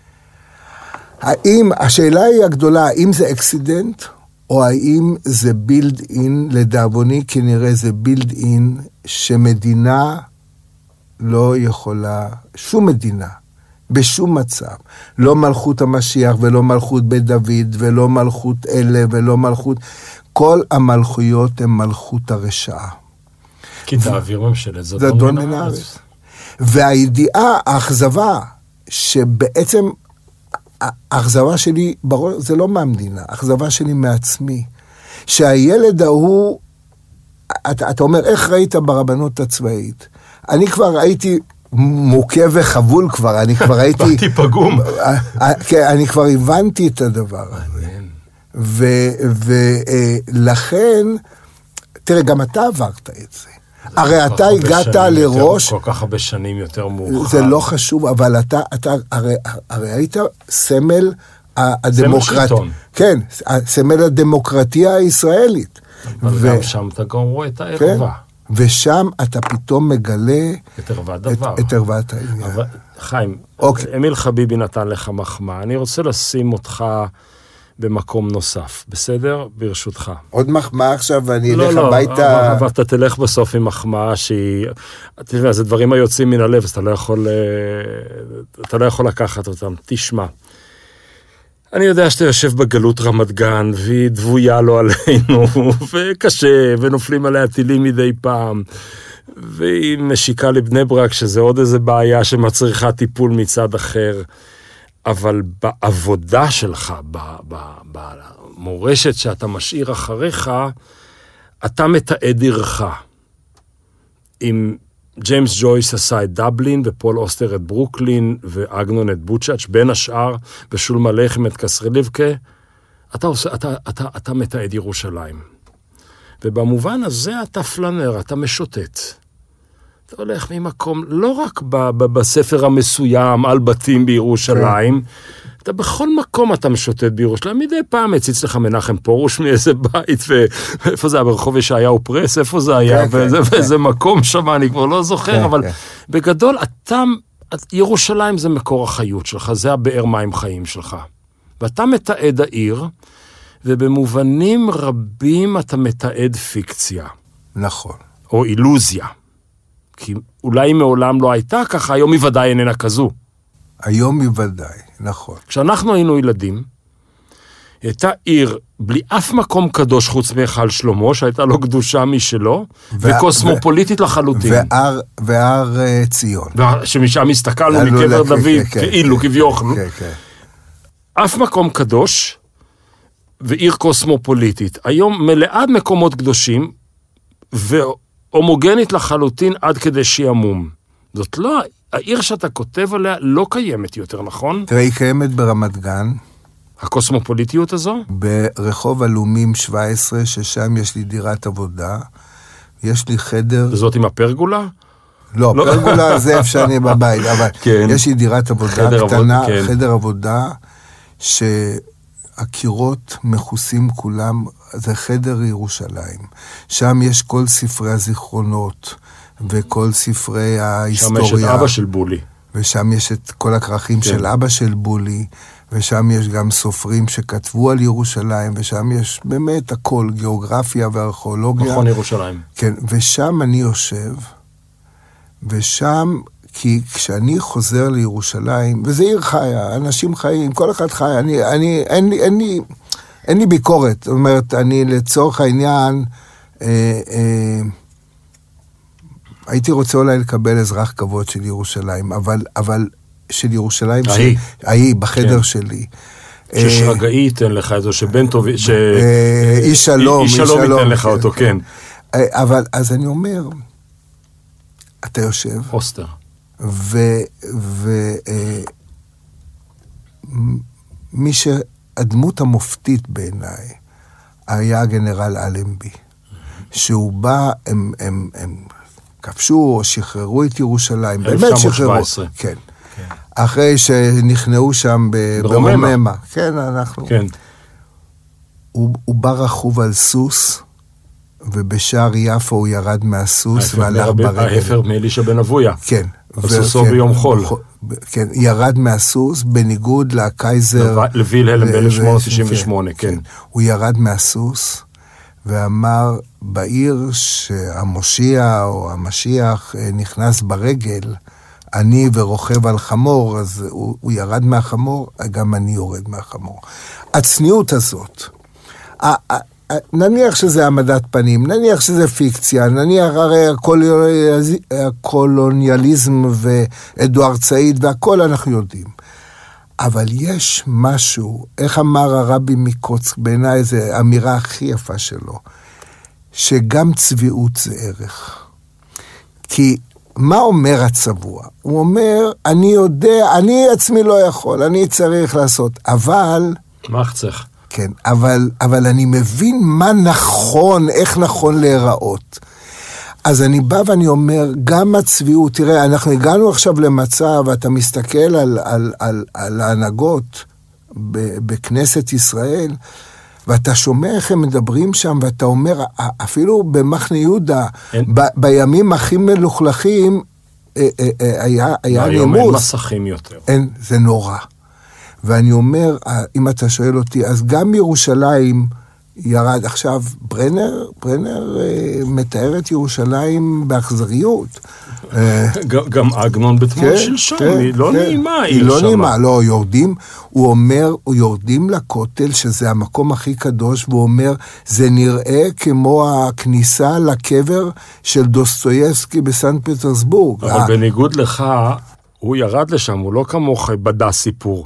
השאלה היא הגדולה, האם זה אקסידנט, או האם זה בילד אין, לדאבוני כנראה זה בילד אין, שמדינה לא יכולה, שום מדינה, בשום מצב, לא מלכות המשיח, ולא מלכות בית דוד, ולא מלכות אלה, ולא מלכות, כל המלכויות הן מלכות הרשעה. כי תעביר ממשלת זדון מן הארץ. והידיעה, האכזבה, שבעצם האכזבה שלי, זה לא מהמדינה, האכזבה שלי מעצמי, שהילד ההוא, אתה אומר, איך ראית ברבנות הצבאית? אני כבר הייתי מוכה וחבול כבר, אני כבר הייתי... באתי פגום. כן, אני כבר הבנתי את הדבר. ולכן, תראה, גם אתה עברת את זה. הרי אתה הגעת לראש... כל כך הרבה שנים יותר מאוחר. זה לא חשוב, אבל אתה הרי היית סמל הדמוקרטיה. סמל שלטון. כן, סמל הדמוקרטיה הישראלית. אבל גם שם אתה גם רואה את הערווה. ושם אתה פתאום מגלה... את ערוות דבר. את ערוות העניין. חיים, אמיל חביבי נתן לך מחמאה. אני רוצה לשים אותך במקום נוסף, בסדר? ברשותך. עוד מחמאה עכשיו ואני אלך הביתה... אבל אתה תלך בסוף עם מחמאה שהיא... תראה, זה דברים היוצאים מן הלב, אז אתה לא יכול לקחת אותם. תשמע. אני יודע שאתה יושב בגלות רמת גן, והיא דבויה לו עלינו, וקשה, ונופלים עליה טילים מדי פעם, והיא משיקה לבני ברק, שזה עוד איזה בעיה שמצריכה טיפול מצד אחר, אבל בעבודה שלך, במורשת שאתה משאיר אחריך, אתה מתעד עירך. עם ג'יימס ג'ויס עשה את דבלין, ופול אוסטר את ברוקלין, ואגנון את בוצ'אץ', בין השאר, ושול מלאכם את קסרליבקה, אתה מתעד ירושלים. ובמובן הזה אתה פלנר, אתה משוטט. אתה הולך ממקום, לא רק בספר המסוים על בתים בירושלים, אתה בכל מקום אתה משוטט בירושלים, מדי פעם הציץ לך מנחם פורוש מאיזה בית, ואיפה זה היה ברחוב ישעיהו פרס, איפה זה היה, ואיזה מקום שם, אני כבר לא זוכר, אבל בגדול, ירושלים זה מקור החיות שלך, זה הבאר מים חיים שלך. ואתה מתעד העיר, ובמובנים רבים אתה מתעד פיקציה. נכון. או אילוזיה. כי אולי מעולם לא הייתה ככה, היום היא ודאי איננה כזו. היום היא ודאי, נכון. כשאנחנו היינו ילדים, הייתה עיר בלי אף מקום קדוש חוץ מהיכל שלמה, שהייתה לו קדושה משלו, וקוסמופוליטית לחלוטין. והר ציון. שמשם הסתכלנו מקבר דוד, כאילו, כביכול. אף מקום קדוש, ועיר קוסמופוליטית. היום מלאת מקומות קדושים, והומוגנית לחלוטין עד כדי שיעמום. זאת לא, העיר שאתה כותב עליה לא קיימת יותר, נכון? תראה, היא קיימת ברמת גן. הקוסמופוליטיות הזו? ברחוב הלאומים 17, ששם יש לי דירת עבודה. יש לי חדר... וזאת עם הפרגולה? לא, פרגולה זה איפה שאני בבית, אבל יש לי דירת עבודה קטנה, חדר עבודה, שהקירות מכוסים כולם, זה חדר ירושלים. שם יש כל ספרי הזיכרונות, וכל ספרי ההיסטוריה. שם יש את אבא של בולי. ושם יש את כל הכרכים של אבא של בולי, ושם יש גם סופרים שכתבו על ירושלים, ושם יש באמת הכל, גיאוגרפיה וארכיאולוגיה. מכון ירושלים. כן, ושם אני יושב, ושם, כי כשאני חוזר לירושלים, וזה עיר חיה, אנשים חיים, כל אחד חי, אין לי ביקורת, זאת אומרת, אני לצורך העניין, הייתי רוצה אולי לקבל אזרח כבוד של ירושלים, אבל של ירושלים, שהיא בחדר שלי. ששרגאי ייתן לך את זה, שבן טוב, איש שלום ייתן לך אותו, כן. אבל, אז אני אומר, אתה יושב, אוסטר. מי שהדמות המופתית בעיניי, היה הגנרל אלנבי, שהוא בא, הם כבשו או שחררו את ירושלים, באמת שחררו, כן. אחרי שנכנעו שם ברוממה. כן, אנחנו. כן. הוא בא רכוב על סוס, ובשער יפו הוא ירד מהסוס והלך ברגל. ההפר מאלישע בן אבויה. כן. על סוסו ביום חול. כן, ירד מהסוס בניגוד לקייזר. לווילהלם ב-1898, כן. הוא ירד מהסוס ואמר בעיר שהמושיע או המשיח נכנס ברגל, אני ורוכב על חמור, אז הוא ירד מהחמור, גם אני יורד מהחמור. הצניעות הזאת, נניח שזה העמדת פנים, נניח שזה פיקציה, נניח הרי הקולוניאליזם ואדוארד סעיד והכל אנחנו יודעים. אבל יש משהו, איך אמר הרבי מקוצק, בעיניי זו האמירה הכי יפה שלו, שגם צביעות זה ערך. כי מה אומר הצבוע? הוא אומר, אני יודע, אני עצמי לא יכול, אני צריך לעשות, אבל... מה צריך? כן, אבל אני מבין מה נכון, איך נכון להיראות. אז אני בא ואני אומר, גם הצביעות, תראה, אנחנו הגענו עכשיו למצב, ואתה מסתכל על ההנהגות בכנסת ישראל, ואתה שומע איך הם מדברים שם, ואתה אומר, אפילו במחנה יהודה, בימים הכי מלוכלכים, היה נימוס. היום אין מסכים יותר. אין, זה נורא. ואני אומר, אם אתה שואל אותי, אז גם ירושלים ירד. עכשיו, ברנר מתאר את ירושלים באכזריות. גם עגנון בתמול שלשום, היא לא נעימה. היא לא נעימה, לא, יורדים, הוא אומר, יורדים לכותל, שזה המקום הכי קדוש, והוא אומר, זה נראה כמו הכניסה לקבר של דוסטויבסקי בסנט פטרסבורג. אבל בניגוד לך, הוא ירד לשם, הוא לא כמוך בדה סיפור.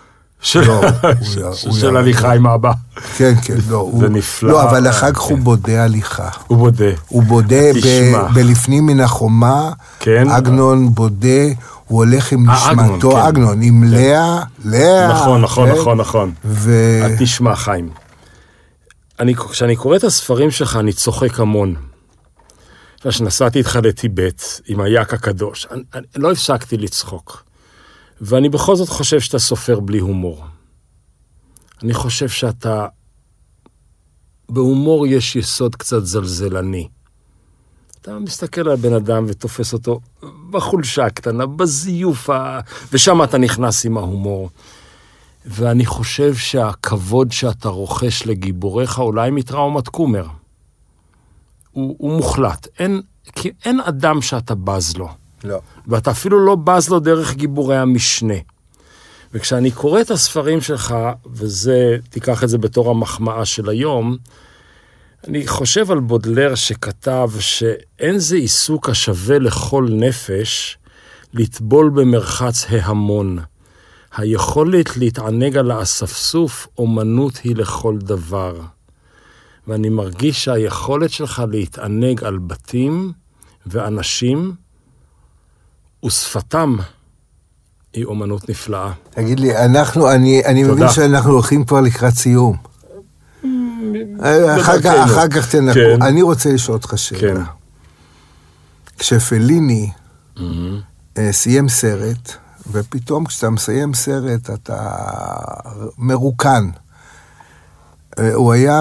של הליכה עם אבא. כן, כן, לא. זה נפלא. לא, אבל אחר כך הוא בודה הליכה. הוא בודה. הוא בודה בלפנים מן החומה, עגנון בודה, הוא הולך עם נשמתו, עגנון, עם לאה. נכון. תשמע, חיים. כשאני קורא את הספרים שלך, אני צוחק המון. כשנסעתי איתך לטיבט, עם היק הקדוש, לא הפסקתי לצחוק. ואני בכל זאת חושב שאתה סופר בלי הומור. אני חושב שאתה... בהומור יש יסוד קצת זלזלני. אתה מסתכל על בן אדם ותופס אותו בחולשה הקטנה, בזיוף, ושם אתה נכנס עם ההומור. ואני חושב שהכבוד שאתה רוכש לגיבוריך אולי מטראומת קומר. הוא מוחלט. כי אין אדם שאתה בז לו. לא. ואתה אפילו לא בז לו דרך גיבורי המשנה. וכשאני קורא את הספרים שלך, וזה, תיקח את זה בתור המחמאה של היום, אני חושב על בודלר שכתב שאין זה עיסוק השווה לכל נפש לטבול במרחץ ההמון. היכולת להתענג על האספסוף, אומנות היא לכל דבר. ואני מרגיש שהיכולת שלך להתענג על בתים ואנשים, ושפתם היא אומנות נפלאה. תגיד לי, אני מבין שאנחנו הולכים כבר לקראת סיום. אחר כך תנקו. אני רוצה לשאול אותך שאלה. כשפליני סיים סרט, ופתאום כשאתה מסיים סרט, אתה מרוקן. הוא היה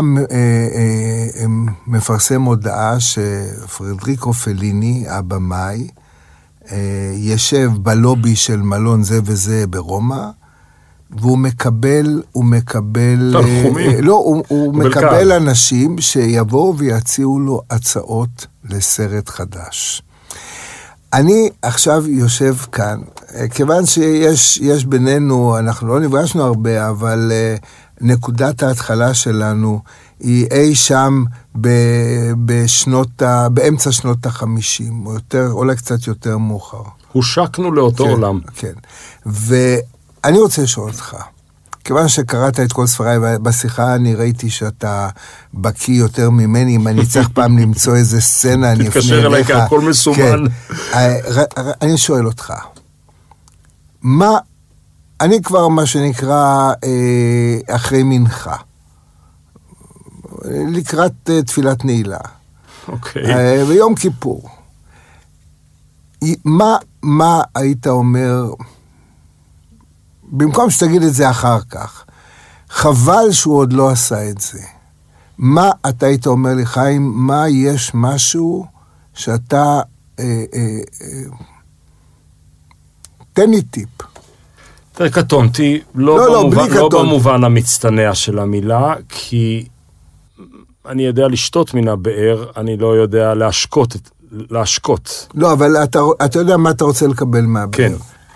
מפרסם הודעה שפרדריקו פליני, הבמאי, ישב בלובי של מלון זה וזה ברומא, והוא מקבל, הוא מקבל אנשים שיבואו ויציעו לו הצעות לסרט חדש. אני עכשיו יושב כאן, כיוון שיש בינינו, אנחנו לא נפגשנו הרבה, אבל נקודת ההתחלה שלנו היא אי שם באמצע שנות ה-50, או אולי קצת יותר מאוחר. הושקנו לאותו עולם. כן, ואני רוצה לשאול אותך, כיוון שקראת את כל ספריי בשיחה, אני ראיתי שאתה בקיא יותר ממני, אם אני צריך פעם למצוא איזה סצנה, אני אפנה אליך. תתקשר אליי, כי הכל מסומן. אני שואל אותך, אני כבר מה שנקרא אחרי מנחה, לקראת תפילת נעילה. אוקיי. ביום כיפור. מה היית אומר, במקום שתגיד את זה אחר כך, חבל שהוא עוד לא עשה את זה. מה אתה היית אומר לי, חיים, מה יש משהו שאתה, תן לי טיפ. תראה, קטונתי, לא במובן המצטנע של המילה, כי אני יודע לשתות מן הבאר, אני לא יודע להשקות. לא, אבל אתה יודע מה אתה רוצה לקבל מהבאר. כן,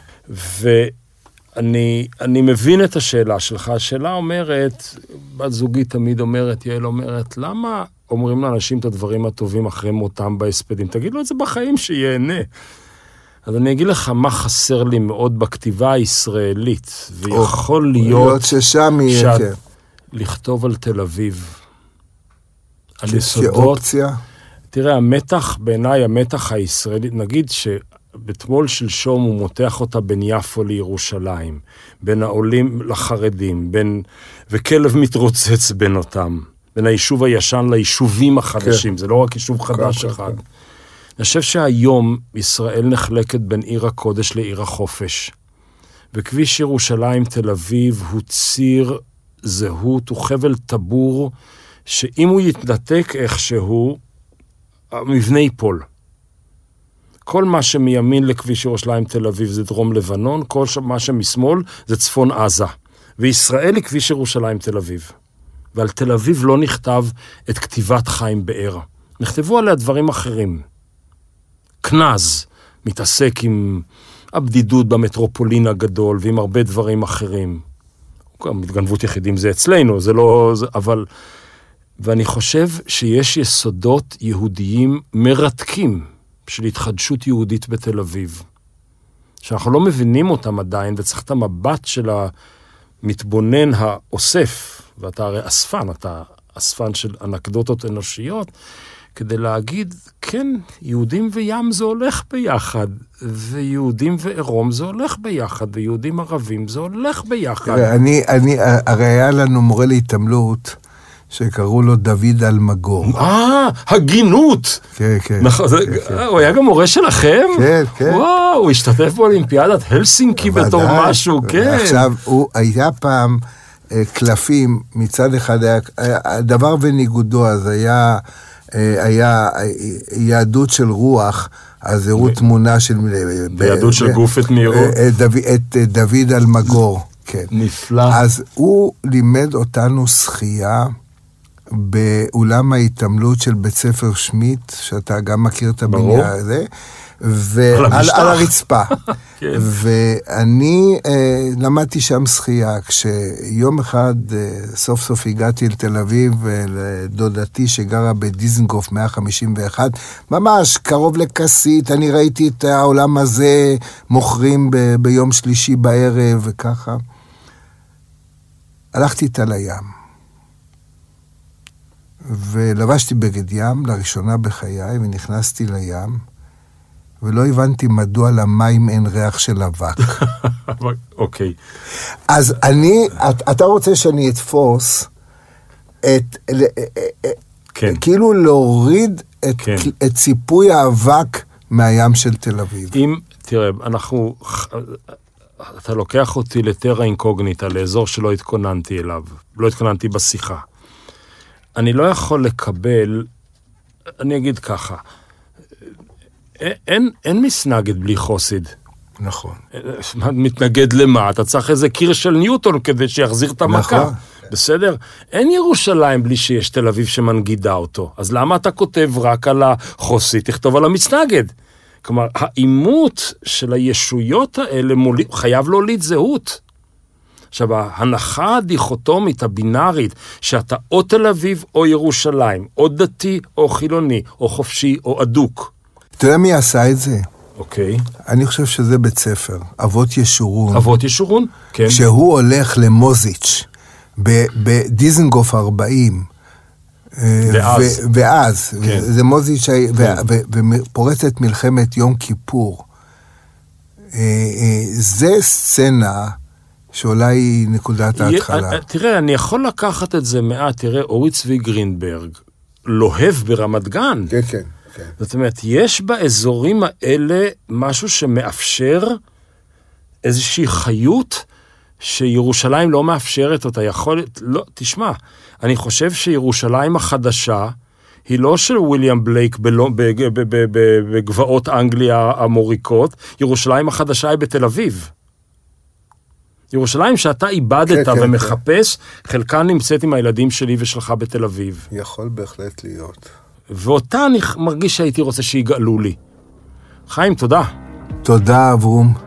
ואני מבין את השאלה שלך. השאלה אומרת, בת זוגי תמיד אומרת, יעל אומרת, למה אומרים לאנשים את הדברים הטובים אחרי מותם בהספדים? תגיד לו את זה בחיים שיהנה. אז אני אגיד לך מה חסר לי מאוד בכתיבה הישראלית, ויכול להיות ששם יהיה, כן. לכתוב על תל אביב. על יסודות. כאופציה? תראה, המתח, בעיניי המתח הישראלי, נגיד שבתמול שלשום הוא מותח אותה בין יפו לירושלים, בין העולים לחרדים, וכלב מתרוצץ בין אותם, בין היישוב הישן ליישובים החדשים, כן. זה לא רק יישוב חדש אחד. כן. אני חושב שהיום ישראל נחלקת בין עיר הקודש לעיר החופש. וכביש ירושלים תל אביב הוא ציר זהות, הוא חבל טבור, שאם הוא יתנתק איכשהו, המבנה ייפול. כל מה שמימין לכביש ירושלים תל אביב זה דרום לבנון, כל מה שמשמאל זה צפון עזה. וישראל היא כביש ירושלים תל אביב. ועל תל אביב לא נכתב את כתיבת חיים באר. נכתבו עליה דברים אחרים. כנז מתעסק עם הבדידות במטרופולין הגדול ועם הרבה דברים אחרים. מתגנבות יחידים זה אצלנו, זה לא... אבל... ואני חושב שיש יסודות יהודיים מרתקים של התחדשות יהודית בתל אביב. שאנחנו לא מבינים אותם עדיין, וצריך את המבט של המתבונן האוסף, ואתה הרי אספן, אתה אספן של אנקדוטות אנושיות, כדי להגיד, כן, יהודים וים זה הולך ביחד, ויהודים ועירום זה הולך ביחד, ויהודים ערבים זה הולך ביחד. הרי היה לנו מורה להתעמלות, שקראו לו דוד אלמגור. הגינות! כן, כן. הוא היה גם מורה שלכם? כן, כן. וואו, הוא השתתף באולימפיאדת הלסינקי בתור משהו, כן. עכשיו, הוא היה פעם קלפים, מצד אחד היה דבר וניגודו, אז היה יהדות של רוח, אז הראו תמונה של... יהדות של גוף את מירו. את דוד אלמגור, כן. נפלא. אז הוא לימד אותנו שחייה, באולם ההתעמלות של בית ספר שמיט, שאתה גם מכיר את הבניין הזה, ועל הרצפה. ואני למדתי שם שחייה, כשיום אחד סוף סוף הגעתי לתל אביב, לדודתי שגרה בדיזנגוף 151, ממש קרוב לקסית, אני ראיתי את העולם הזה מוכרים ביום שלישי בערב וככה. הלכתי איתה לים. ולבשתי בגד ים לראשונה בחיי, ונכנסתי לים, ולא הבנתי מדוע למים אין ריח של אבק. אוקיי. אז אתה רוצה שאני אתפוס כאילו להוריד את ציפוי האבק מהים של תל אביב. תראה, אתה לוקח אותי לטרה אינקוגניטה, לאזור שלא התכוננתי אליו, לא התכוננתי בשיחה. אני לא יכול לקבל, אני אגיד ככה, אין מסנגד בלי חוסיד. נכון. מתנגד למה? אתה צריך איזה קיר של ניוטון כדי שיחזיר את המכה. נכון. בסדר? אין ירושלים בלי שיש תל אביב שמנגידה אותו. אז למה אתה כותב רק על החוסי? תכתוב על המסנגד. כלומר, האימות של הישויות האלה חייב להוליד זהות. עכשיו, ההנחה הדיכוטומית, הבינארית, שאתה או תל אביב או ירושלים, או דתי או חילוני, או חופשי או אדוק. אתה יודע מי עשה את זה? אוקיי. אני חושב שזה בית ספר, אבות ישורון. אבות ישורון? כן. שהוא הולך למוזיץ' בדיזנגוף 40, ואז, כן. זה מוזיץ' ופורצת מלחמת יום כיפור. זה סצנה שאולי היא נקודת ההתחלה. תראה, אני יכול לקחת את זה מעט, תראה, אורי צבי גרינברג, לוהב ברמת גן. כן, כן. זאת אומרת, יש באזורים האלה משהו שמאפשר איזושהי חיות שירושלים לא מאפשרת אותה. לא, תשמע, אני חושב שירושלים החדשה היא לא של וויליאם בלייק בגבעות אנגליה המוריקות, ירושלים החדשה היא בתל אביב. ירושלים שאתה איבדת ומחפש, חלקה נמצאת עם הילדים שלי ושלך בתל אביב. יכול בהחלט להיות. ואותה אני מרגיש שהייתי רוצה שיגאלו לי. חיים, תודה. תודה, אברום.